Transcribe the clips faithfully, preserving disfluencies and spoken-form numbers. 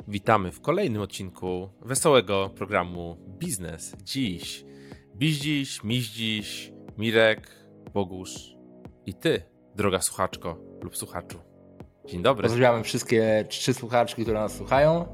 Witamy w kolejnym odcinku wesołego programu Biznes Dziś. Biździś, Miździś, Mirek, Bogusz i ty, droga słuchaczko lub słuchaczu. Dzień dobry. Pozdrawiamy wszystkie trzy słuchaczki, które nas słuchają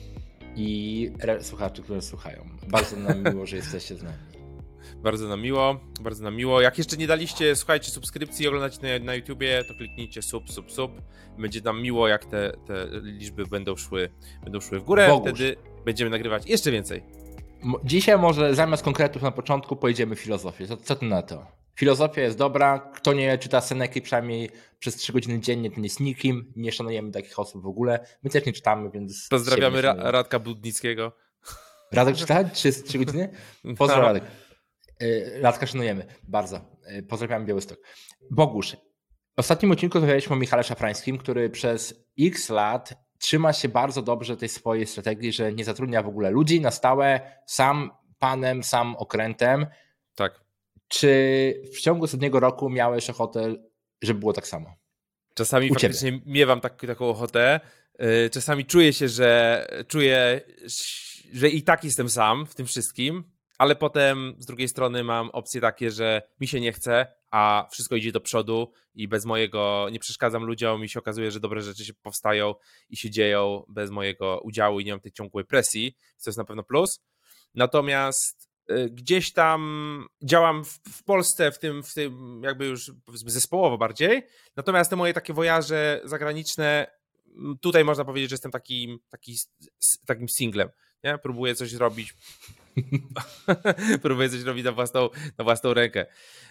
i re- słuchaczy, które nas słuchają. Bardzo nam miło, że jesteście z nami. Bardzo nam miło, bardzo nam miło. Jak jeszcze nie daliście, słuchajcie, subskrypcji i oglądacie na, na YouTubie, to kliknijcie sub, sub, sub. Będzie nam miło, jak te, te liczby będą szły, będą szły w górę. Bogusz. Wtedy będziemy nagrywać jeszcze więcej. Dzisiaj może zamiast konkretów na początku pojedziemy filozofię. Co, co ty na to? Filozofia jest dobra. Kto nie czyta Seneki przynajmniej przez trzy godziny dziennie, to nie jest nikim. Nie szanujemy takich osób w ogóle. My też nie czytamy, więc... Pozdrawiamy Ra- Radka Budnickiego. Radek czyta? trzy godziny? Pozdrawiam, Radek. Radka szanujemy bardzo. Pozdrawiam Białystok. Bogusz, w ostatnim odcinku rozmawialiśmy o Michale Szafrańskim, który przez x lat trzyma się bardzo dobrze tej swojej strategii, że nie zatrudnia w ogóle ludzi na stałe, sam panem, sam okrętem. Tak. Czy w ciągu ostatniego roku miałeś ochotę, żeby było tak samo? Czasami U faktycznie ciebie. miewam tak, taką ochotę. Czasami czuję się, że czuję, że i tak jestem sam w tym wszystkim, ale potem z drugiej strony mam opcje takie, że mi się nie chce, a wszystko idzie do przodu i bez mojego, nie przeszkadzam ludziom i się okazuje, że dobre rzeczy się powstają i się dzieją bez mojego udziału i nie mam tej ciągłej presji, co jest na pewno plus. Natomiast gdzieś tam działam w, w Polsce, w tym, w tym jakby już zespołowo bardziej, natomiast te moje takie wojaże zagraniczne, tutaj można powiedzieć, że jestem takim, taki, takim singlem, nie? Próbuję coś zrobić, próbuję coś robić na własną, na własną rękę.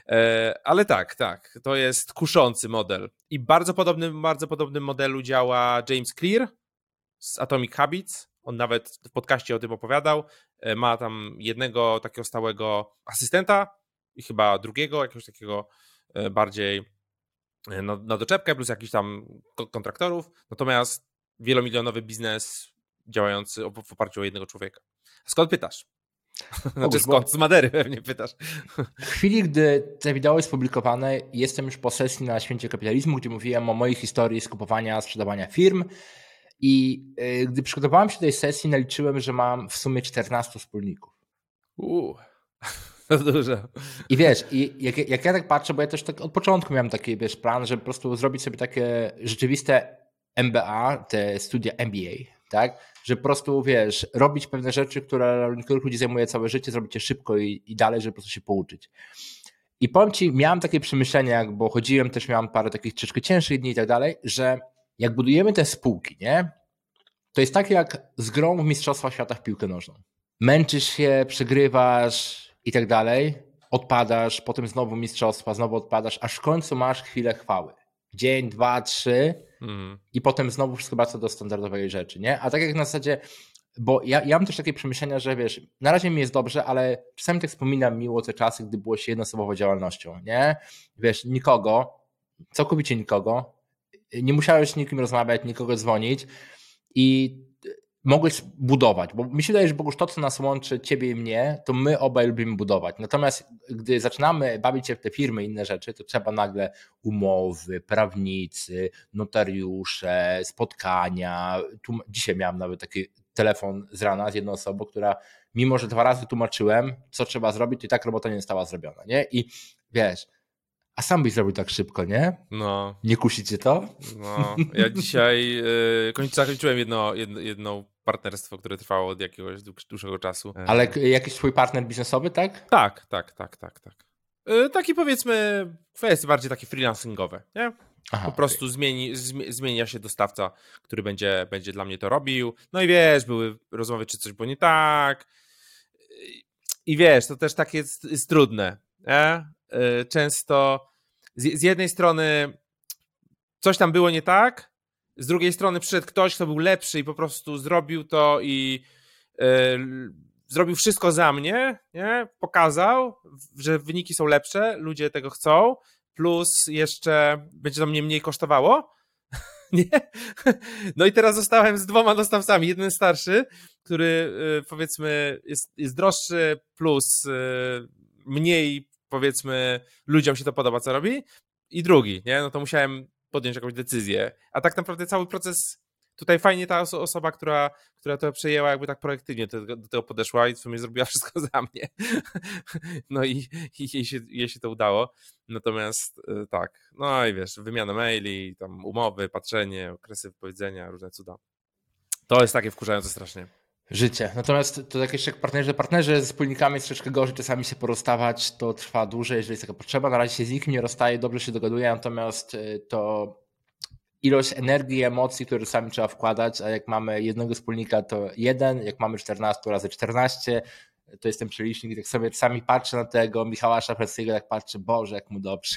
Ale tak, tak, to jest kuszący model i bardzo podobnym, bardzo podobnym modelu działa James Clear z Atomic Habits. On nawet w podcaście o tym opowiadał. Ma tam jednego takiego stałego asystenta i chyba drugiego, jakiegoś takiego bardziej na, na doczepkę, plus jakichś tam kontraktorów. Natomiast wielomilionowy biznes działający w oparciu o jednego człowieka. Skąd pytasz? Znaczy skąd? Z Madery pewnie pytasz. W chwili, gdy te wideo jest publikowane, jestem już po sesji na Święcie Kapitalizmu, gdzie mówiłem o mojej historii skupowania, sprzedawania firm. I gdy przygotowałem się do tej sesji, naliczyłem, że mam w sumie czternastu wspólników. Uuu, to dużo. I wiesz, i jak, jak ja tak patrzę, bo ja też tak od początku miałem taki, wiesz, plan, żeby po prostu zrobić sobie takie rzeczywiste M B A, te studia M B A, tak? Że po prostu, wiesz, robić pewne rzeczy, które niektórych ludzi zajmuje całe życie, zrobić je szybko i, i dalej, żeby po prostu się pouczyć. I powiem ci, miałem takie przemyślenia, bo chodziłem, też miałem parę takich troszeczkę cięższych dni i tak dalej, że jak budujemy te spółki, nie? To jest tak jak z grą w Mistrzostwa Świata w piłkę nożną. Męczysz się, przegrywasz i tak dalej, odpadasz, potem znowu mistrzostwa, znowu odpadasz, aż w końcu masz chwilę chwały. Dzień, dwa, trzy mm. i potem znowu wszystko wraca do standardowej rzeczy, nie? A tak jak na zasadzie, bo ja, ja mam też takie przemyślenia, że wiesz, na razie mi jest dobrze, ale czasami tak wspominam miło te czasy, gdy było się jednoosobową działalnością, nie? Wiesz, nikogo, całkowicie nikogo, nie musiałeś z nikim rozmawiać, nikogo dzwonić i mogłeś budować, bo mi się wydaje, że Bogusz, to co nas łączy, ciebie i mnie, to my obaj lubimy budować. Natomiast gdy zaczynamy bawić się w te firmy i inne rzeczy, to trzeba nagle umowy, prawnicy, notariusze, spotkania. Tu, dzisiaj miałem nawet taki telefon z rana z jedną osobą, która mimo, że dwa razy tłumaczyłem, co trzeba zrobić, to i tak robota nie została zrobiona, nie? I wiesz, a sam byś zrobił tak szybko, nie? No. Nie kusi cię to? No. Ja dzisiaj yy, końc, zakończyłem jedno, jedno, jedno partnerstwo, które trwało od jakiegoś dłuższego czasu. Ale jakiś twój partner biznesowy, tak? Tak, tak, tak, tak, tak. Yy, taki powiedzmy kwestie bardziej takie freelancingowe, nie? Aha, po prostu okay. zmieni, zmienia się dostawca, który będzie, będzie dla mnie to robił. No i wiesz, były rozmowy, czy coś było nie tak. I wiesz, to też tak jest, jest trudne, nie? Często z, z jednej strony coś tam było nie tak, z drugiej strony przyszedł ktoś, kto był lepszy i po prostu zrobił to i yy, zrobił wszystko za mnie, nie? Pokazał, że wyniki są lepsze, ludzie tego chcą, plus jeszcze będzie to mnie mniej kosztowało. Nie? No i teraz zostałem z dwoma dostawcami. Jeden starszy, który yy, powiedzmy jest, jest droższy, plus yy, mniej powiedzmy ludziom się to podoba, co robi, i drugi, nie? No to musiałem podjąć jakąś decyzję. A tak naprawdę cały proces tutaj fajnie ta oso- osoba, która, która to przejęła, jakby tak proaktywnie do, do tego podeszła i w sumie zrobiła wszystko za mnie. No i, i jej, się, jej się to udało. Natomiast tak, no i wiesz, wymiana maili, tam umowy, patrzenie, okresy wypowiedzenia, różne cuda. To jest takie wkurzające strasznie. Życie. Natomiast to jakieś jak partnerzy, partnerzy z wspólnikami jest troszeczkę gorzej czasami się porozstawać, to trwa dłużej, jeżeli jest taka potrzeba. Na razie się z nikim nie rozstaje, dobrze się dogaduje, natomiast to ilość energii i emocji, które czasami trzeba wkładać, a jak mamy jednego wspólnika, to jeden, jak mamy czternaście razy czternaście, to jest ten przelicznik, jak sobie czasami patrzę na tego Michała Szafranskiego, jak patrzę, Boże, jak mu dobrze.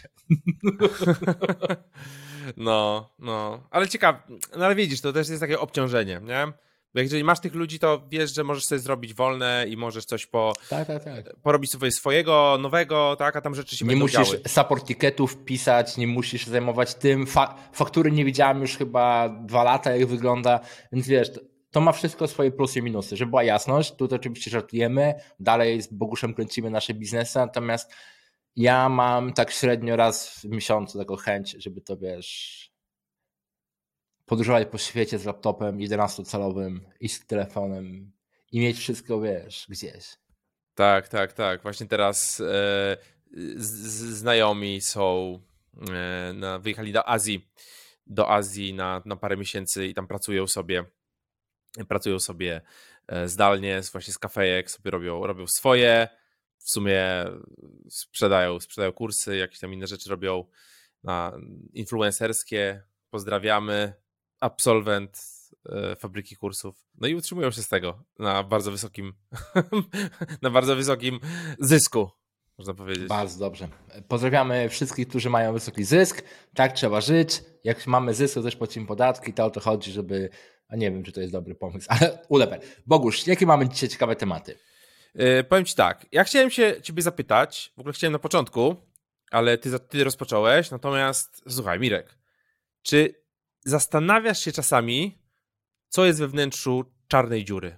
No, no, ale ciekawe, no ale widzisz, to też jest takie obciążenie, nie? Bo jeżeli masz tych ludzi, to wiesz, że możesz sobie zrobić wolne i możesz coś po, tak, tak, tak. porobić sobie swojego, nowego, tak, a tam rzeczy się nie będą musisz działy. support ticketów pisać, nie musisz zajmować tym. Fa- faktury nie widziałem już chyba dwa lata, jak wygląda, więc wiesz, to, to ma wszystko swoje plusy i minusy. Żeby była jasność, tu oczywiście żartujemy, dalej z Boguszem kręcimy nasze biznesy, natomiast ja mam tak średnio raz w miesiącu taką chęć, żeby to, wiesz, podróżować po świecie z laptopem jedenastocalowym i z telefonem i mieć wszystko, wiesz, gdzieś. Tak, tak, tak. Właśnie teraz e, z, z, znajomi są, e, na, wyjechali do Azji, do Azji na, na parę miesięcy i tam pracują sobie, pracują sobie e, zdalnie, właśnie z kafejek, sobie robią, robią swoje, w sumie sprzedają, sprzedają kursy, jakieś tam inne rzeczy robią na influencerskie. Pozdrawiamy. Absolwent e, fabryki kursów. No i utrzymują się z tego na bardzo wysokim na bardzo wysokim zysku, można powiedzieć. Bardzo dobrze. Pozdrawiamy wszystkich, którzy mają wysoki zysk. Tak trzeba żyć. Jak mamy zysk, to też płacimy podatki. To o to chodzi, żeby... A nie wiem, czy to jest dobry pomysł, ale ulepę. Bogusz, jakie mamy dzisiaj ciekawe tematy? Yy, powiem ci tak. Ja chciałem się ciebie zapytać, w ogóle chciałem na początku, ale ty, ty rozpocząłeś, natomiast słuchaj, Mirek, czy zastanawiasz się czasami, co jest we wnętrzu czarnej dziury?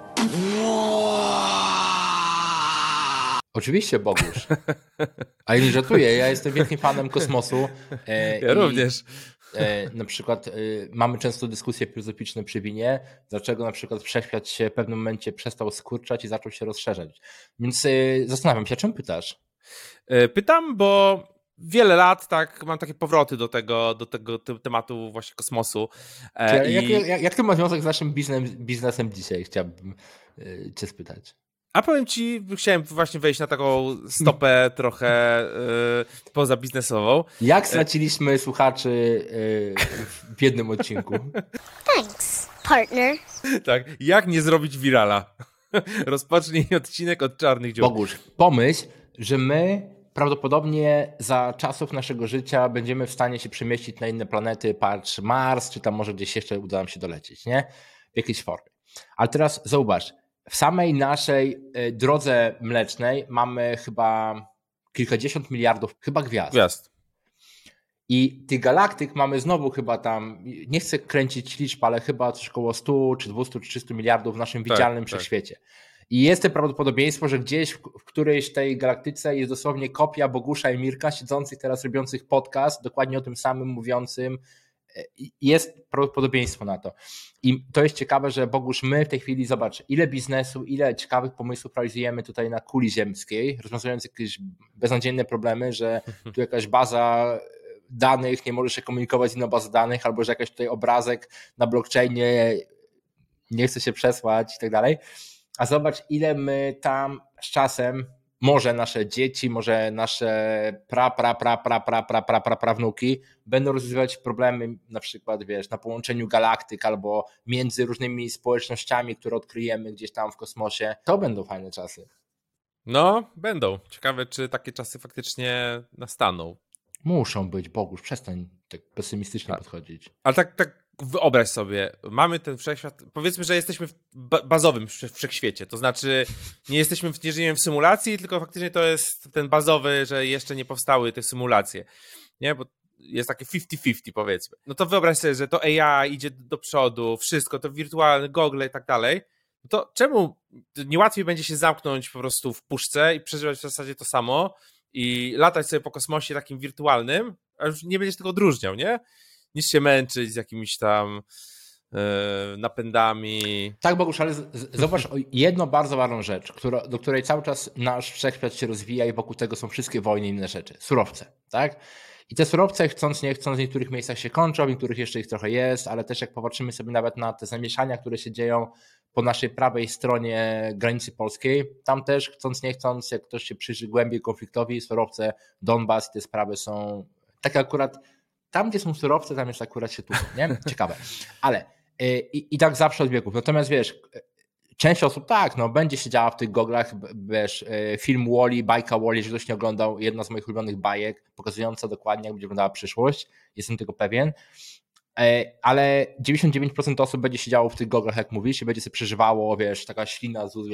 Oczywiście, Bogusz. A ja nie żartuję, ja jestem wielkim fanem kosmosu. E, ja i, również. E, na przykład e, mamy często dyskusje filozoficzne przy winie, dlaczego na przykład wszechświat się w pewnym momencie przestał skurczać i zaczął się rozszerzać. Więc e, zastanawiam się, czym pytasz? E, pytam, bo wiele lat tak mam takie powroty do tego, do tego tematu właśnie kosmosu. E, jak, i... jak, jak to ma związek z naszym biznesem, biznesem dzisiaj? Chciałbym e, cię spytać. A powiem ci, chciałem właśnie wejść na taką stopę trochę yy, pozabiznesową. Jak straciliśmy słuchaczy yy, w jednym odcinku? Thanks, partner. Tak, jak nie zrobić wirala? Rozpocznij odcinek od czarnych dziur. Bogusz, pomyśl, że my prawdopodobnie za czasów naszego życia będziemy w stanie się przemieścić na inne planety, patrz Mars, czy tam może gdzieś jeszcze uda nam się dolecieć, nie? W jakiejś formie. Ale teraz zauważ, w samej naszej drodze mlecznej mamy chyba kilkadziesiąt miliardów chyba gwiazd. Gwiazd. I tych galaktyk mamy znowu chyba tam, nie chcę kręcić liczb, ale chyba coś około stu, czy dwustu, czy trzystu miliardów w naszym tak, widzialnym tak. wszechświecie. I jest to prawdopodobieństwo, że gdzieś w, w którejś tej galaktyce jest dosłownie kopia Bogusza i Mirka siedzących teraz robiących podcast, dokładnie o tym samym mówiącym. Jest prawdopodobieństwo na to. I to jest ciekawe, że Bogusz, my w tej chwili, zobacz, ile biznesu, ile ciekawych pomysłów realizujemy tutaj na kuli ziemskiej, rozwiązując jakieś beznadziejne problemy, że tu jakaś baza danych, nie możesz się komunikować z inną bazą danych, albo że jakiś tutaj obrazek na blockchainie nie chce się przesłać i tak dalej. A zobacz, ile my tam z czasem, może nasze dzieci, może nasze pra, pra, pra, pra, pra, pra, pra, pra, prawnuki będą rozwiązywać problemy na przykład, wiesz, na połączeniu galaktyk albo między różnymi społecznościami, które odkryjemy gdzieś tam w kosmosie. To będą fajne czasy. No, będą. Ciekawe, czy takie czasy faktycznie nastaną. Muszą być, Bogusz, przestań tak pesymistycznie A, podchodzić. Ale tak, tak wyobraź sobie, mamy ten wszechświat, powiedzmy, że jesteśmy w bazowym wszechświecie, to znaczy nie jesteśmy, nie żyjemy w symulacji, tylko faktycznie to jest ten bazowy, że jeszcze nie powstały te symulacje, nie, bo jest takie fifty fifty powiedzmy. No to wyobraź sobie, że to A I idzie do przodu, wszystko, to wirtualne gogle i tak dalej, no to czemu nie łatwiej będzie się zamknąć po prostu w puszce i przeżywać w zasadzie to samo i latać sobie po kosmosie takim wirtualnym, a już nie będziesz tego odróżniał, nie? Niż się męczyć z jakimiś tam napędami. Tak, Bogusz, ale z, z, zobacz jedną bardzo ważną rzecz, która, do której cały czas nasz wszechświat się rozwija i wokół tego są wszystkie wojny i inne rzeczy. Surowce, tak? I te surowce, chcąc nie chcąc, w niektórych miejscach się kończą, w niektórych jeszcze ich trochę jest, ale też jak popatrzymy sobie nawet na te zamieszania, które się dzieją po naszej prawej stronie granicy polskiej, tam też chcąc nie chcąc, jak ktoś się przyjrzy głębiej konfliktowi, surowce, Donbas i te sprawy są takie akurat, tam gdzie są surowce, tam jest akurat się tłuką, nie? Ciekawe. Ale i, i tak zawsze od wieków. Natomiast wiesz, część osób tak, no będzie siedziała w tych goglach, wiesz, film Wall-E, bajka Wall-E, jeżeli ktoś nie oglądał, jedna z moich ulubionych bajek, pokazująca dokładnie, jak będzie wyglądała przyszłość, jestem tego pewien, ale dziewięćdziesiąt dziewięć procent osób będzie siedziało w tych goglach, jak mówisz, i będzie sobie przeżywało, wiesz, taka ślina z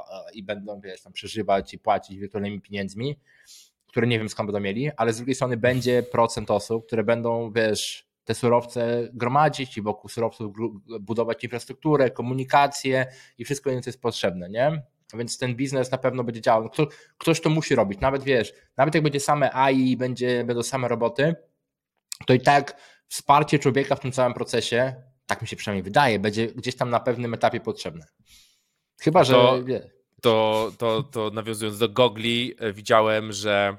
i będą, wiesz, tam przeżywać i płacić wirtualnymi pieniędzmi, które nie wiem skąd będą mieli, ale z drugiej strony będzie procent osób, które będą, wiesz, te surowce gromadzić i wokół surowców budować infrastrukturę, komunikację i wszystko inne, co jest potrzebne, nie? Więc ten biznes na pewno będzie działał. Kto, ktoś to musi robić, nawet wiesz, nawet jak będzie same A I i będzie, będą same roboty, to i tak wsparcie człowieka w tym całym procesie, tak mi się przynajmniej wydaje, będzie gdzieś tam na pewnym etapie potrzebne. Chyba, że... To, to, to, to nawiązując do gogli, widziałem, że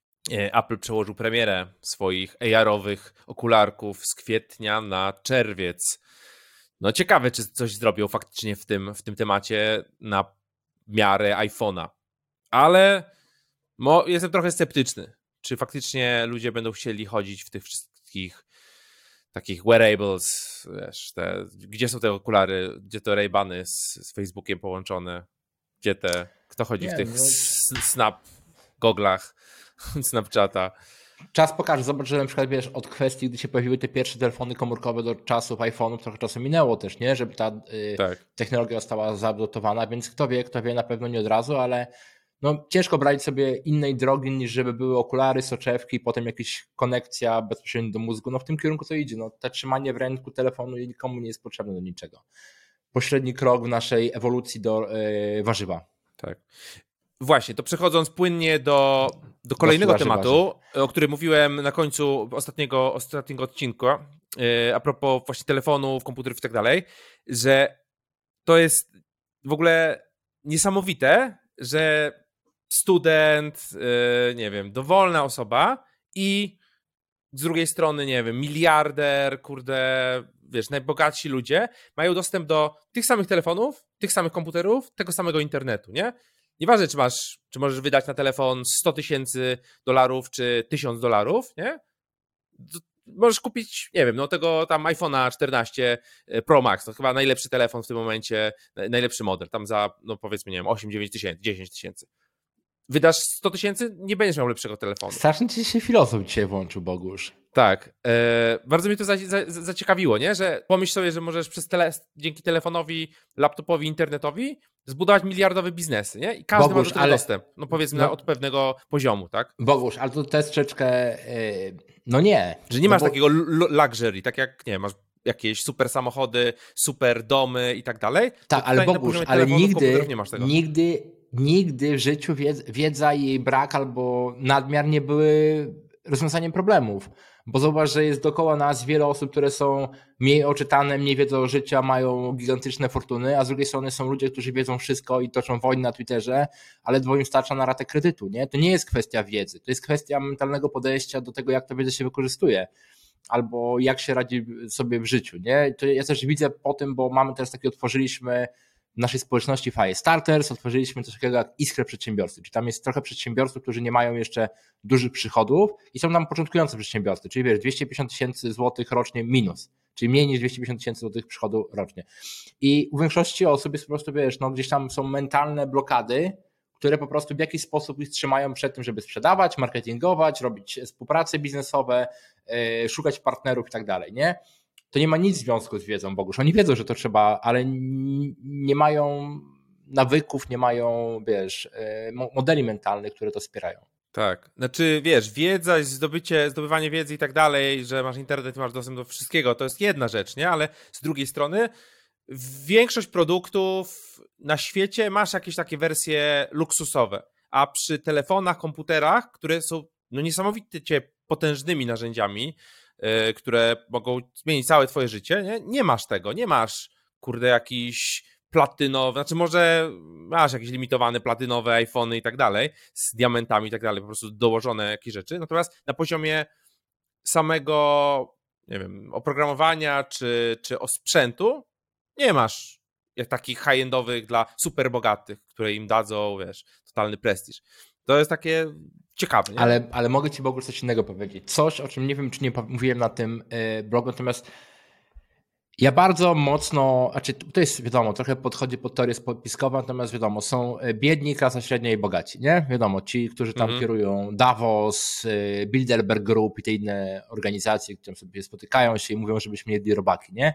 Apple przełożył premierę swoich A R-owych okularków z kwietnia na czerwiec. No ciekawe, czy coś zrobią faktycznie w tym, w tym temacie na miarę iPhone'a. Ale mo, jestem trochę sceptyczny, czy faktycznie ludzie będą chcieli chodzić w tych wszystkich takich wearables, wiesz, te, gdzie są te okulary, gdzie to Ray-Bany z, z Facebookiem połączone, gdzie te, kto chodzi Nie, w tych no... snap goglach Snapchata. Czas pokaże, zobacz, że na przykład wiesz, od kwestii, gdy się pojawiły te pierwsze telefony komórkowe do czasów iPhone'ów, trochę czasu minęło też, nie, żeby ta y, tak. technologia została zaadoptowana, więc kto wie, kto wie, na pewno nie od razu, ale no, ciężko brać sobie innej drogi niż żeby były okulary, soczewki, potem jakaś konekcja bezpośrednio do mózgu, no w tym kierunku to idzie, no to trzymanie w ręku telefonu nikomu nie jest potrzebne do niczego. Pośredni krok w naszej ewolucji do y, warzywa. Tak. Właśnie, to przechodząc płynnie do, do kolejnego warzywa, tematu, warzywa. o którym mówiłem na końcu ostatniego, ostatniego odcinka, yy, a propos właśnie telefonów, komputerów i tak dalej, że to jest w ogóle niesamowite, że student, yy, nie wiem, dowolna osoba i z drugiej strony, nie wiem, miliarder, kurde, wiesz, najbogatsi ludzie mają dostęp do tych samych telefonów, tych samych komputerów, tego samego internetu, nie? Nieważne, czy masz, czy możesz wydać na telefon sto tysięcy dolarów, czy tysiąc dolarów, nie? Możesz kupić, nie wiem, no tego tam iPhone'a czternaście Pro Max, to chyba najlepszy telefon w tym momencie, najlepszy model, tam za, no powiedzmy, nie wiem, osiem dziewięć tysięcy, dziesięć tysięcy. Wydasz sto tysięcy, nie będziesz miał lepszego telefonu. Strasznie ci się filozof dzisiaj włączył, Bogusz. Tak. E, bardzo mnie to za, za, zaciekawiło, nie? Że pomyśl sobie, że możesz przez tele, dzięki telefonowi, laptopowi, internetowi zbudować miliardowe biznesy, nie? I każdy Bogusz, ma do tego ale... dostęp. No powiedzmy no, od pewnego poziomu, tak? Bogusz, ale to, to jest troszeczkę... Yy, no nie. Że nie no masz bo... takiego luxury, tak jak, nie masz jakieś super samochody, super domy i tak dalej. Tak, ale Bogusz, ale nigdy, nie masz tego. nigdy... Nigdy w życiu wiedza i jej brak albo nadmiar nie były rozwiązaniem problemów. Bo zauważ, że jest dookoła nas wiele osób, które są mniej oczytane, mniej wiedzą o życiu, mają gigantyczne fortuny, a z drugiej strony są ludzie, którzy wiedzą wszystko i toczą wojny na Twitterze, ale dwoim starcza na ratę kredytu. Nie? To nie jest kwestia wiedzy, to jest kwestia mentalnego podejścia do tego, jak to wiedzę się wykorzystuje. Albo jak się radzi sobie w życiu. Nie? To ja też widzę po tym, bo mamy teraz takie, otworzyliśmy w naszej społeczności Firestarters, otworzyliśmy coś takiego jak Iskrę Przedsiębiorcy, czyli tam jest trochę przedsiębiorców, którzy nie mają jeszcze dużych przychodów i są tam początkujący przedsiębiorcy, czyli wiesz, dwieście pięćdziesiąt tysięcy złotych rocznie minus, czyli mniej niż dwieście pięćdziesiąt tysięcy złotych przychodu rocznie. I u większości osób jest po prostu, wiesz, no gdzieś tam są mentalne blokady, które po prostu w jakiś sposób ich trzymają przed tym, żeby sprzedawać, marketingować, robić współprace biznesowe, yy, szukać partnerów i tak dalej, nie? To nie ma nic w związku z wiedzą, Bogusz. Oni wiedzą, że to trzeba, ale nie mają nawyków, nie mają, wiesz, modeli mentalnych, które to wspierają. Tak, znaczy wiesz, wiedza, zdobycie, zdobywanie wiedzy i tak dalej, że masz internet i masz dostęp do wszystkiego, to jest jedna rzecz, nie? Ale z drugiej strony większość produktów na świecie masz jakieś takie wersje luksusowe, a przy telefonach, komputerach, które są no niesamowicie potężnymi narzędziami, yy, które mogą zmienić całe twoje życie, nie? Nie masz tego, nie masz, kurde, jakiś platynowy, znaczy może masz jakieś limitowane platynowe iPhony i tak dalej, z diamentami i tak dalej, po prostu dołożone jakieś rzeczy, natomiast na poziomie samego, nie wiem, oprogramowania czy, czy sprzętu nie masz jak takich high-endowych dla super bogatych, które im dadzą, wiesz, totalny prestiż. To jest takie ciekawe, nie? Ale, ale mogę ci w ogóle coś innego powiedzieć. Coś, o czym nie wiem, czy nie mówiłem na tym blogu, natomiast ja bardzo mocno, znaczy to jest wiadomo, trochę podchodzi pod teorię spiskową, natomiast wiadomo, są biedni, klasa średnia i bogaci, nie? Wiadomo, ci, którzy tam mhm. kierują Davos, Bilderberg Group i te inne organizacje, które sobie spotykają się i mówią, żebyśmy jedli robaki, nie?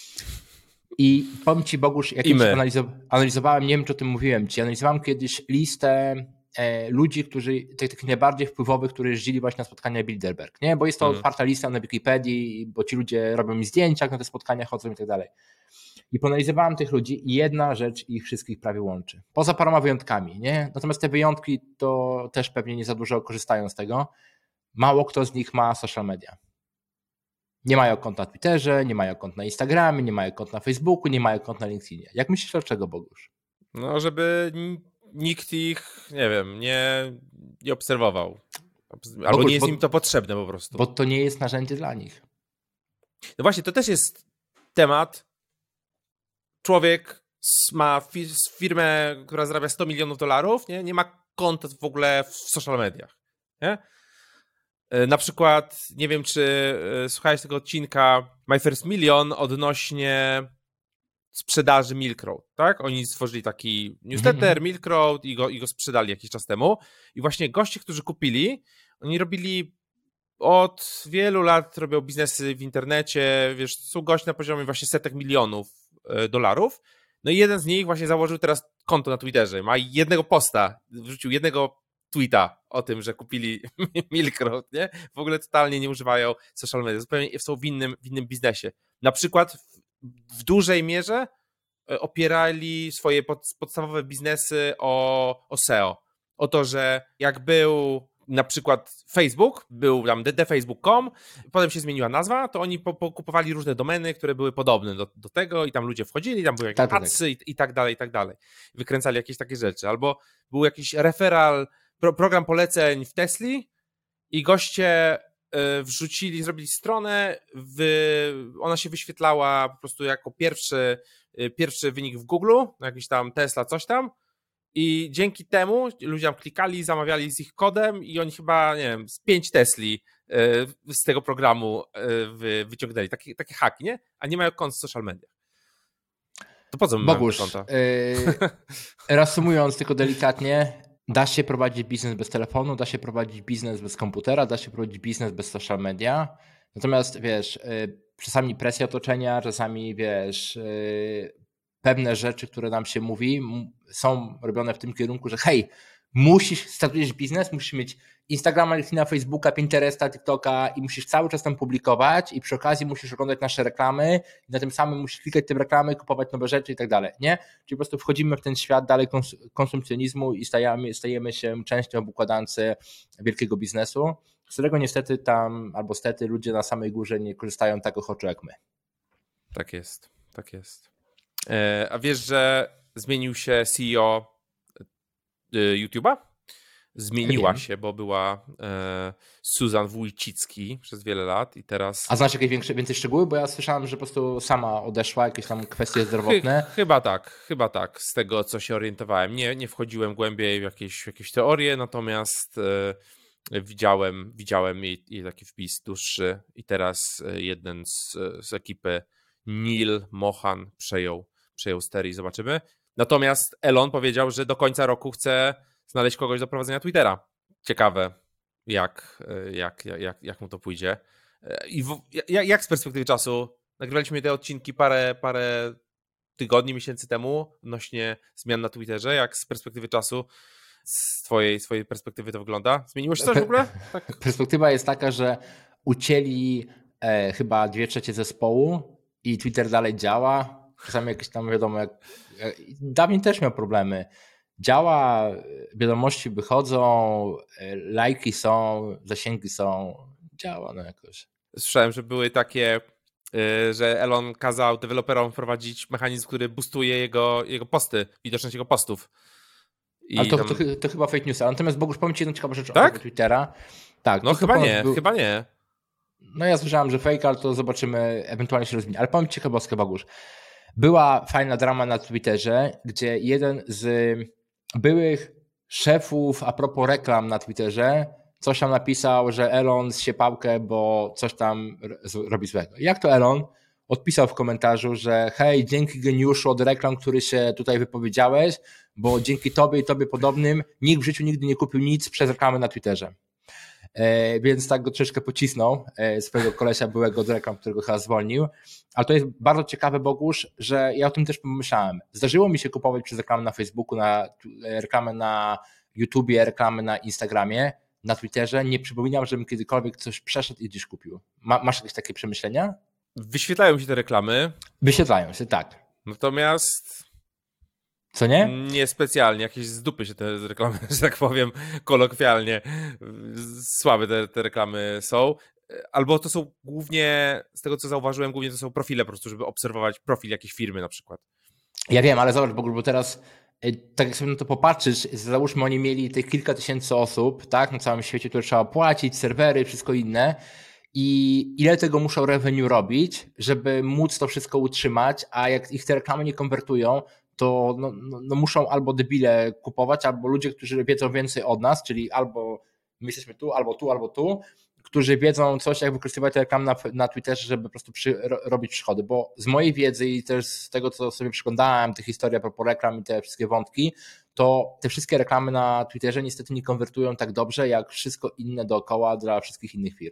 I powiem ci, Bogusz, jak analizow- analizowałem, nie wiem, czy o tym mówiłem ci, analizowałem kiedyś listę e, ludzi, którzy, tych, tych najbardziej wpływowych, którzy jeździli właśnie na spotkania Bilderberg, nie? Bo jest to mhm. otwarta lista na Wikipedii, bo ci ludzie robią mi zdjęcia, jak na te spotkania chodzą i tak dalej. I poanalizowałem tych ludzi i jedna rzecz ich wszystkich prawie łączy. Poza paroma wyjątkami, nie? Natomiast te wyjątki to też pewnie nie za dużo korzystają z tego. Mało kto z nich ma social media. Nie mają kont na Twitterze, nie mają kont na Instagramie, nie mają kont na Facebooku, nie mają kont na LinkedInie. Jak myślisz, dlaczego, Bogusz? No, żeby nikt ich, nie wiem, nie, nie obserwował. Albo Bogusz, nie jest bo, im to potrzebne po prostu. Bo to nie jest narzędzie dla nich. No właśnie, to też jest temat. Człowiek ma firmę, która zarabia sto milionów dolarów, nie, nie ma konta w ogóle w social mediach. Nie? Na przykład, nie wiem, czy słuchałeś tego odcinka My First Million odnośnie sprzedaży Milk Road, tak? Oni stworzyli taki newsletter mm-hmm. Milk Road i go, i go sprzedali jakiś czas temu. I właśnie goście, którzy kupili, oni robili od wielu lat, robią biznesy w internecie, wiesz, są goście na poziomie właśnie setek milionów dolarów. No i jeden z nich właśnie założył teraz konto na Twitterze. Ma jednego posta, wrzucił jednego tweeta o tym, że kupili Milk Road, nie? W ogóle totalnie nie używają social media, zupełnie są w innym, w innym biznesie. Na przykład w, w dużej mierze opierali swoje pod, podstawowe biznesy o, o S E O. O to, że jak był na przykład Facebook, był tam the facebook kropka com, potem się zmieniła nazwa, to oni po, pokupowali różne domeny, które były podobne do, do tego i tam ludzie wchodzili, tam były jakieś tak, adsy i, i tak dalej, i tak dalej. Wykręcali jakieś takie rzeczy. Albo był jakiś referral, pro, program poleceń w Tesli i goście y, wrzucili, zrobili stronę, w, ona się wyświetlała po prostu jako pierwszy, y, pierwszy wynik w Google, jakiś tam Tesla, coś tam. I dzięki temu ludzie klikali, zamawiali z ich kodem i oni chyba, nie wiem, z pięć Tesli z tego programu wyciągnęli. Takie, takie haki, nie? A nie mają kont w social mediach. To po co my Bogusz, mamy konta? Yy, reasumując tylko delikatnie, da się prowadzić biznes bez telefonu, da się prowadzić biznes bez komputera, da się prowadzić biznes bez social media. Natomiast, wiesz, yy, czasami presja otoczenia, czasami, wiesz... Yy, pewne rzeczy, które nam się mówi, są robione w tym kierunku, że hej, musisz startujesz biznes, musisz mieć Instagrama, LinkedIna, Facebooka, Pinteresta, TikToka i musisz cały czas tam publikować i przy okazji musisz oglądać nasze reklamy i na tym samym musisz klikać te reklamy, kupować nowe rzeczy i tak dalej, nie? Czyli po prostu wchodzimy w ten świat dalej konsumpcjonizmu i stajemy, stajemy się częścią w układance wielkiego biznesu, z którego niestety tam, albo stety ludzie na samej górze nie korzystają tak ochoczo jak my. Tak jest, tak jest. A wiesz, że zmienił się C E O YouTube'a? Zmieniła się, bo była Susan Wójcicki przez wiele lat i teraz... A znasz jakieś większe, więcej szczegóły? Bo ja słyszałem, że po prostu sama odeszła, jakieś tam kwestie zdrowotne. Chy, chyba tak, chyba tak, z tego co się orientowałem. Nie, nie wchodziłem głębiej w jakieś, w jakieś teorie, natomiast e, widziałem, widziałem jej, jej taki wpis dłuższy i teraz jeden z, z ekipy Neil Mohan przejął, przejął stery i zobaczymy. Natomiast Elon powiedział, że do końca roku chce znaleźć kogoś do prowadzenia Twittera. Ciekawe, jak, jak, jak, jak mu to pójdzie. I w, jak, jak z perspektywy czasu, nagrywaliśmy te odcinki parę, parę tygodni, miesięcy temu odnośnie zmian na Twitterze, jak z perspektywy czasu, z twojej, swojej perspektywy to wygląda? Zmieniło się coś w ogóle? Tak. Perspektywa jest taka, że ucięli e, chyba dwie trzecie zespołu i Twitter dalej działa. Czasami jakieś tam wiadomo, jak, jak, dawniej też miał problemy. Działa, wiadomości wychodzą, lajki są, zasięgi są, działa no jakoś. słyszałem, że były takie, że Elon kazał deweloperom wprowadzić mechanizm, który boostuje jego, jego posty, widoczność jego postów. I ale to, tam... to, to, to chyba fake news. Natomiast Bogusz, powiem ci jedną ciekawą rzecz tak? o Twittera. Tak. No chyba nie, był... chyba nie. No ja słyszałem, że fake, ale to zobaczymy, ewentualnie się rozwinie. Ale powiem ci ciekawostkę, Bogusz. Była fajna drama na Twitterze, gdzie jeden z byłych szefów a propos reklam na Twitterze coś tam napisał, że Elon zsie pałkę, bo coś tam robi złego. Jak to Elon odpisał w komentarzu, że hej, dzięki geniuszu od reklam, który się tutaj wypowiedziałeś, bo dzięki tobie i tobie podobnym nikt w życiu nigdy nie kupił nic przez reklamy na Twitterze. E, więc tak go troszeczkę pocisnął, e, swojego kolesia byłego od reklam, którego chyba zwolnił. Ale to jest bardzo ciekawe, Bogusz, że ja o tym też pomyślałem. Zdarzyło mi się kupować przez reklamę na Facebooku, na reklamę na YouTubie, reklamę na Instagramie, na Twitterze. Nie przypominam, żebym kiedykolwiek coś przeszedł i gdzieś kupił. Ma, masz jakieś takie przemyślenia? Wyświetlają się te reklamy. Wyświetlają się, tak. Natomiast... Co nie? Nie specjalnie, jakieś z dupy się te reklamy, że tak powiem kolokwialnie. Słabe te, te reklamy są. Albo to są głównie, z tego co zauważyłem, głównie to są profile po prostu, żeby obserwować profil jakiejś firmy na przykład. Ja wiem, ale zobacz, bo teraz tak jak sobie na to popatrzysz, załóżmy oni mieli tych kilka tysięcy osób, tak, na całym świecie, które trzeba płacić, serwery, wszystko inne i ile tego muszą revenue robić, żeby móc to wszystko utrzymać, a jak ich te reklamy nie konwertują, to no, no, no muszą albo debile kupować, albo ludzie, którzy wiedzą więcej od nas, czyli albo my jesteśmy tu, albo tu, albo tu, którzy wiedzą coś, jak wykorzystywać te reklamy na, na Twitterze, żeby po prostu przy, ro, robić przychody, bo z mojej wiedzy i też z tego, co sobie przeglądałem, te historie a propos reklam i te wszystkie wątki, to te wszystkie reklamy na Twitterze niestety nie konwertują tak dobrze, jak wszystko inne dookoła dla wszystkich innych firm.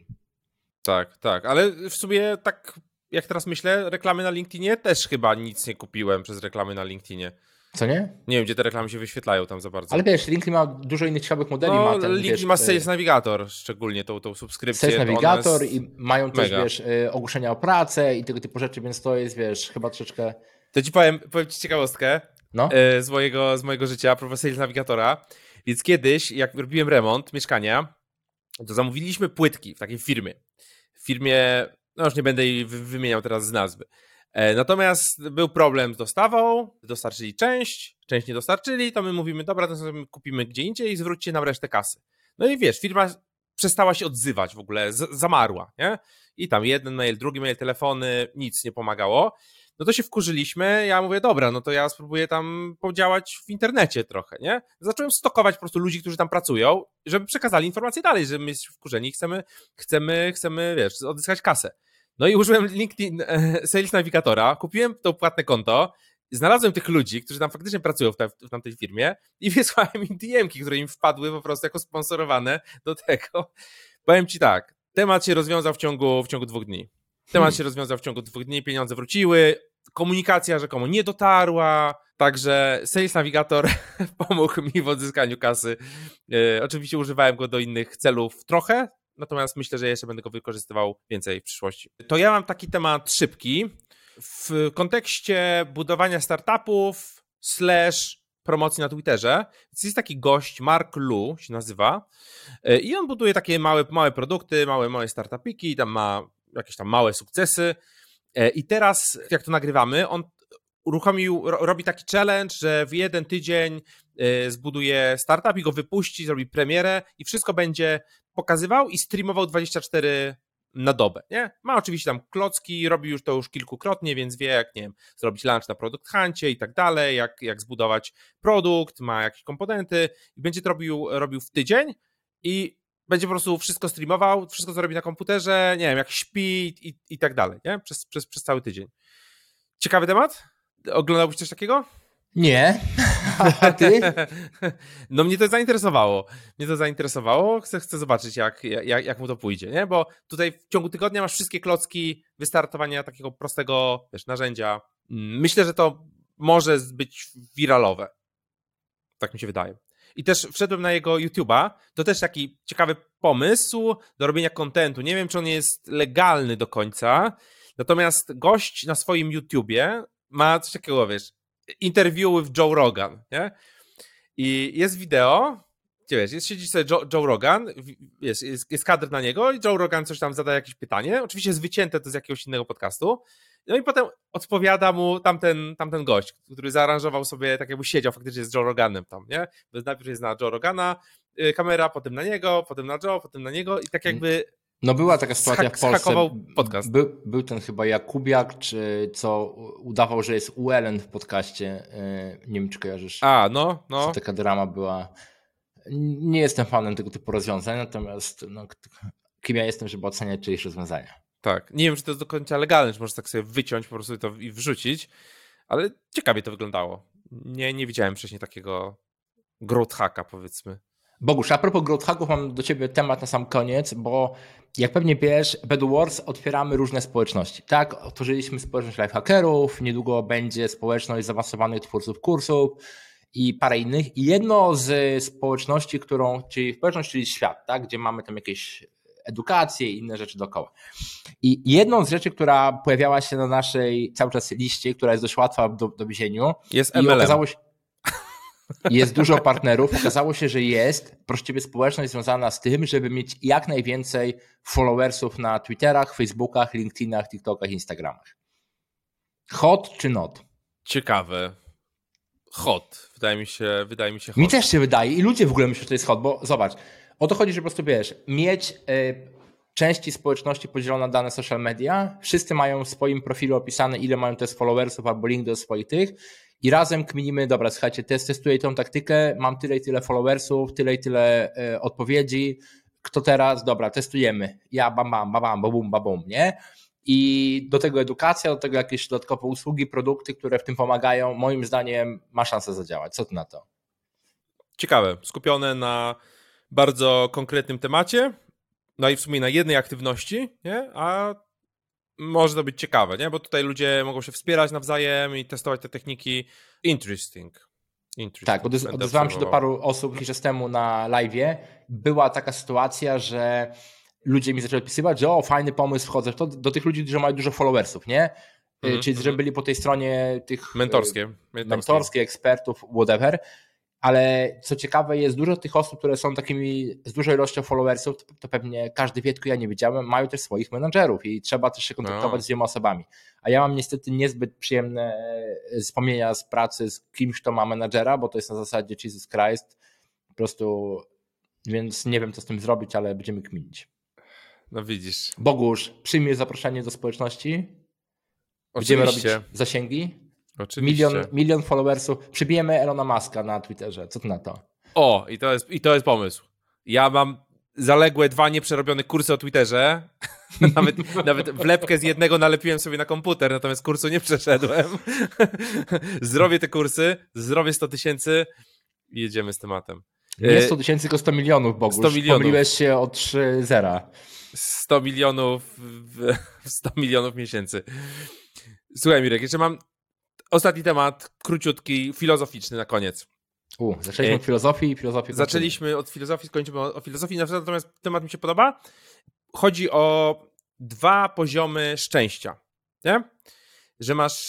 Tak, tak, ale w sumie tak jak teraz myślę, reklamy na LinkedInie też chyba nic nie kupiłem przez reklamy na LinkedInie. Co nie? Nie wiem, gdzie te reklamy się wyświetlają tam za bardzo. Ale wiesz, LinkedIn ma dużo innych ciekawych modeli. No, ma ten, LinkedIn wiesz, ma Sales Navigator, szczególnie tą, tą subskrypcję. Sales Navigator i mają też, mega. wiesz, ogłoszenia o pracę i tego typu rzeczy, więc to jest, wiesz, chyba troszeczkę... To ci powiem, powiem ci ciekawostkę no? z, mojego, z mojego życia, a propos Sales Navigatora. Więc kiedyś, jak robiłem remont mieszkania, to zamówiliśmy płytki w takiej firmie. W firmie, no już nie będę jej wymieniał teraz z nazwy. Natomiast był problem z dostawą, dostarczyli część, część nie dostarczyli, to my mówimy, dobra, to sobie kupimy gdzie indziej i zwróćcie nam resztę kasy. No i wiesz, firma przestała się odzywać w ogóle, z- zamarła, nie? I tam jeden mail, drugi mail, telefony, nic nie pomagało. No to się wkurzyliśmy, ja mówię, dobra, no to ja spróbuję tam podziałać w internecie trochę, nie? Zacząłem stokować po prostu ludzi, którzy tam pracują, żeby przekazali informacje dalej, że my jesteśmy wkurzeni i chcemy, chcemy, chcemy, wiesz, odzyskać kasę. No i użyłem LinkedIn Sales Navigatora, kupiłem to płatne konto, znalazłem tych ludzi, którzy tam faktycznie pracują w, te, w tamtej firmie i wysłałem im D M ki, które im wpadły po prostu jako sponsorowane do tego. Powiem ci tak, temat się rozwiązał w ciągu, w ciągu dwóch dni. Temat hmm. się rozwiązał w ciągu dwóch dni, pieniądze wróciły, komunikacja rzekomo nie dotarła, także Sales Navigator pomógł mi w odzyskaniu kasy. E, oczywiście używałem go do innych celów trochę, natomiast myślę, że jeszcze będę go wykorzystywał więcej w przyszłości. To ja mam taki temat szybki w kontekście budowania startupów slash promocji na Twitterze. Więc jest taki gość, Mark Lu się nazywa i on buduje takie małe, małe produkty, małe, małe startupiki, tam ma jakieś tam małe sukcesy i teraz jak to nagrywamy, on uruchomił, robi taki challenge, że w jeden tydzień zbuduje startup i go wypuści, zrobi premierę i wszystko będzie pokazywał i streamował dwadzieścia cztery na dobę, nie? Ma oczywiście tam klocki, robi już to już kilkukrotnie, więc wie jak, nie wiem, zrobić launch na Product Huncie i tak dalej, jak, jak zbudować produkt, ma jakieś komponenty i będzie to robił, robił w tydzień i będzie po prostu wszystko streamował, wszystko co robi na komputerze, nie wiem, jak śpi i, i tak dalej, nie? Przez, przez, przez cały tydzień. Ciekawy temat? Oglądałbyś coś takiego? Nie. A ty? No mnie to zainteresowało. Mnie to zainteresowało. Chcę, chcę zobaczyć, jak, jak, jak mu to pójdzie, nie? Bo tutaj w ciągu tygodnia masz wszystkie klocki wystartowania takiego prostego, wiesz, narzędzia. Myślę, że to może być wiralowe. Tak mi się wydaje. I też wszedłem na jego YouTube'a. To też taki ciekawy pomysł do robienia kontentu. Nie wiem, czy on jest legalny do końca. Natomiast gość na swoim YouTubie ma coś takiego, wiesz, interview with Joe Rogan, nie? I jest wideo, wiesz, jest, siedzi sobie Joe, Joe Rogan, jest, jest, jest kadr na niego i Joe Rogan coś tam zada jakieś pytanie, oczywiście jest wycięte to z jakiegoś innego podcastu, no i potem odpowiada mu tamten, tamten gość, który zaaranżował sobie, tak jakby siedział faktycznie z Joe Roganem tam, nie? Więc najpierw jest na Joe Rogana yy, kamera, potem na niego, potem na Joe, potem na niego i tak jakby... No była taka sytuacja w Polsce, podcast. By, był ten chyba Jakubiak, czy co udawał, że jest U Ellen w podcaście, yy, nie wiem czy kojarzysz. A, no, no. Taka drama była. Nie jestem fanem tego typu rozwiązań, natomiast no, kim ja jestem, żeby oceniać czyjeś rozwiązania. Tak, nie wiem, czy to jest do końca legalne, czy możesz tak sobie wyciąć po prostu to i wrzucić, ale ciekawie to wyglądało. Nie, nie widziałem wcześniej takiego growth hacka, powiedzmy. Bogusz, a propos growth hacków mam do ciebie temat na sam koniec, bo jak pewnie wiesz, BadWords otwieramy różne społeczności. Tak, otworzyliśmy społeczność lifehackerów, niedługo będzie społeczność zaawansowanych twórców kursów i parę innych. I jedno z społeczności, którą, czyli społeczność, czyli świat, tak, gdzie mamy tam jakieś edukację i inne rzeczy dookoła. I jedną z rzeczy, która pojawiała się na naszej cały czas liście, która jest dość łatwa do, do wzięciu, jest i M L M. okazało się, jest dużo partnerów. Okazało się, że jest, proszę ciebie, społeczność związana z tym, żeby mieć jak najwięcej followersów na Twitterach, Facebookach, LinkedInach, TikTokach, Instagramach. Hot czy not? Ciekawe. Hot. Wydaje mi się, wydaje mi się hot. Mi też się wydaje i ludzie w ogóle myślą, że to jest hot, bo zobacz, o to chodzi, że po prostu wiesz, mieć y, części społeczności podzielone na dane social media, wszyscy mają w swoim profilu opisane, ile mają też followersów albo link do swoich tych, i razem kminimy, dobra, słuchajcie, testuję tą taktykę, mam tyle i tyle followersów, tyle i tyle y, odpowiedzi, kto teraz, dobra, testujemy, ja bam, bam, bam, bam, bum, bam, bum, nie? I do tego edukacja, do tego jakieś dodatkowe usługi, produkty, które w tym pomagają, moim zdaniem ma szansę zadziałać. Co ty na to? Ciekawe, skupione na bardzo konkretnym temacie, no i w sumie na jednej aktywności, nie? A może to być ciekawe, nie? Bo tutaj ludzie mogą się wspierać nawzajem i testować te techniki. Interesting. Interesting. Tak, odez- odezwałem się do paru osób jakiś czas temu na live'ie. Była taka sytuacja, że ludzie mi zaczęli odpisywać, że o, fajny pomysł, wchodzę w to, do tych ludzi, którzy mają dużo followersów, nie? Mm-hmm. Czyli, że byli po tej stronie tych mentorskie, mentorskie, mentorskie ekspertów, whatever. Ale co ciekawe, jest dużo tych osób, które są takimi z dużą ilością followersów, to, to pewnie każdy wie, tylko ja nie wiedziałem, mają też swoich menadżerów i trzeba też się kontaktować no. z wieloma osobami. A ja mam niestety niezbyt przyjemne wspomnienia z pracy z kimś, kto ma menadżera, bo to jest na zasadzie Jesus Christ, po prostu, więc nie wiem, co z tym zrobić, ale będziemy kminić. No widzisz. Bogusz, przyjmiesz zaproszenie do społeczności? Będziemy Oczywiście. robić zasięgi? Oczywiście. Milion, milion followersów. Przybijemy Elona Muska na Twitterze. Co ty na to? O, i to jest, i to jest pomysł. Ja mam zaległe dwa nieprzerobione kursy o Twitterze. Nawet, nawet wlepkę z jednego nalepiłem sobie na komputer, natomiast kursu nie przeszedłem. Zrobię te kursy, zrobię sto tysięcy i jedziemy z tematem. Nie sto tysięcy, tylko sto milionów, Bogusz. sto milionów. Pomyliłeś się o trzy zera. sto milionów, sto milionów miesięcy. Słuchaj, Mirek, jeszcze mam ostatni temat, króciutki, filozoficzny na koniec. U, zaczęliśmy od filozofii i filozofii. Zaczęliśmy od filozofii, skończymy o filozofii, natomiast temat mi się podoba. Chodzi o dwa poziomy szczęścia, nie? Że masz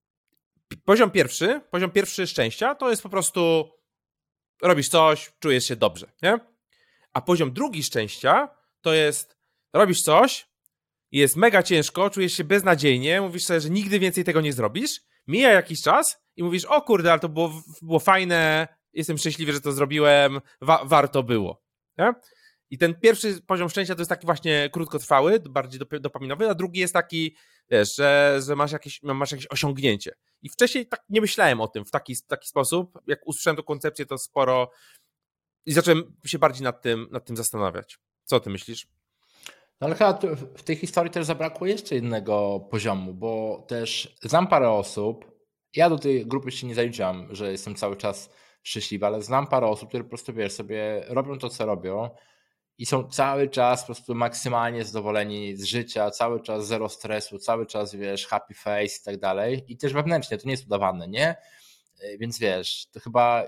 poziom pierwszy, poziom pierwszy szczęścia to jest po prostu robisz coś, czujesz się dobrze, nie? A poziom drugi szczęścia to jest robisz coś, jest mega ciężko, czujesz się beznadziejnie, mówisz sobie, że nigdy więcej tego nie zrobisz, mija jakiś czas i mówisz, o kurde, ale to było, było fajne, jestem szczęśliwy, że to zrobiłem, wa- warto było. Nie? I ten pierwszy poziom szczęścia to jest taki właśnie krótkotrwały, bardziej dop- dopaminowy, a drugi jest taki, wiesz, że, że masz, jakieś, masz jakieś osiągnięcie. I wcześniej tak nie myślałem o tym w taki, taki sposób, jak usłyszałem tę koncepcję, to sporo i zacząłem się bardziej nad tym, nad tym zastanawiać. Co ty myślisz? No ale chyba w tej historii też zabrakło jeszcze jednego poziomu, bo też znam parę osób, ja do tej grupy się nie zaliczam, że jestem cały czas szczęśliwy, ale znam parę osób, które po prostu, wiesz, sobie robią to, co robią i są cały czas po prostu maksymalnie zadowoleni z życia, cały czas zero stresu, cały czas, wiesz, happy face i tak dalej i też wewnętrznie, to nie jest udawane, nie? Więc wiesz, to chyba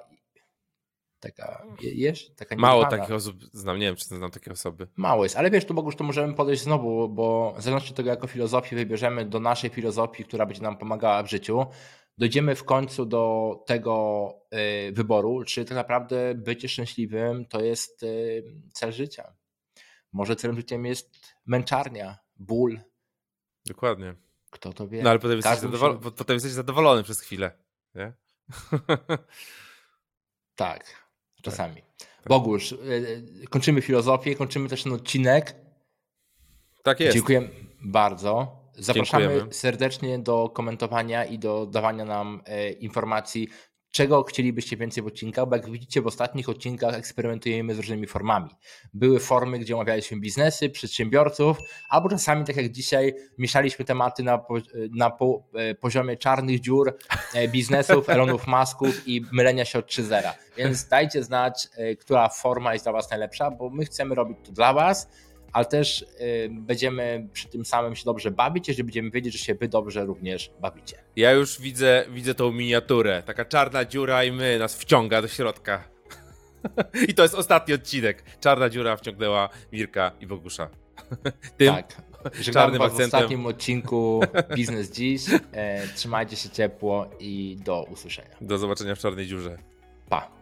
taka, jesz, taka mało takich osób znam, nie wiem, czy znam takie osoby. Mało jest, ale wiesz, tu Bogusz, to możemy podejść znowu, bo w zależności od tego, jaką filozofię wybierzemy do naszej filozofii, która będzie nam pomagała w życiu, dojdziemy w końcu do tego y, wyboru, czy tak naprawdę bycie szczęśliwym to jest y, cel życia. Może celem życiem jest męczarnia, ból. Dokładnie. Kto to wie? No ale potem jesteś, zadowol- się... potem jesteś zadowolony przez chwilę, nie? Tak, czasami. Tak. Bogusz, y, kończymy filozofię, kończymy też ten odcinek. Tak jest. Dziękuję bardzo. Zapraszamy Dziękujemy. serdecznie do komentowania i do dawania nam e, informacji, czego chcielibyście więcej w odcinkach, bo jak widzicie w ostatnich odcinkach eksperymentujemy z różnymi formami. Były formy, gdzie omawialiśmy biznesy, przedsiębiorców, albo czasami, tak jak dzisiaj, mieszaliśmy tematy na, na po, e, poziomie czarnych dziur, e, biznesów, Elonów Musków i mylenia się od trzy zera. Więc dajcie znać, e, która forma jest dla Was najlepsza, bo my chcemy robić to dla Was, ale też y, będziemy przy tym samym się dobrze bawić, jeżeli będziemy wiedzieć, że się wy dobrze również bawicie. Ja już widzę, widzę tą miniaturę. Taka czarna dziura i my nas wciąga do środka. I to jest ostatni odcinek. Czarna dziura wciągnęła Mirka i Bogusza. Tym tak. Żegnamy was w ostatnim odcinku Biznes Dziś. E, trzymajcie się ciepło i do usłyszenia. Do zobaczenia w czarnej dziurze. Pa.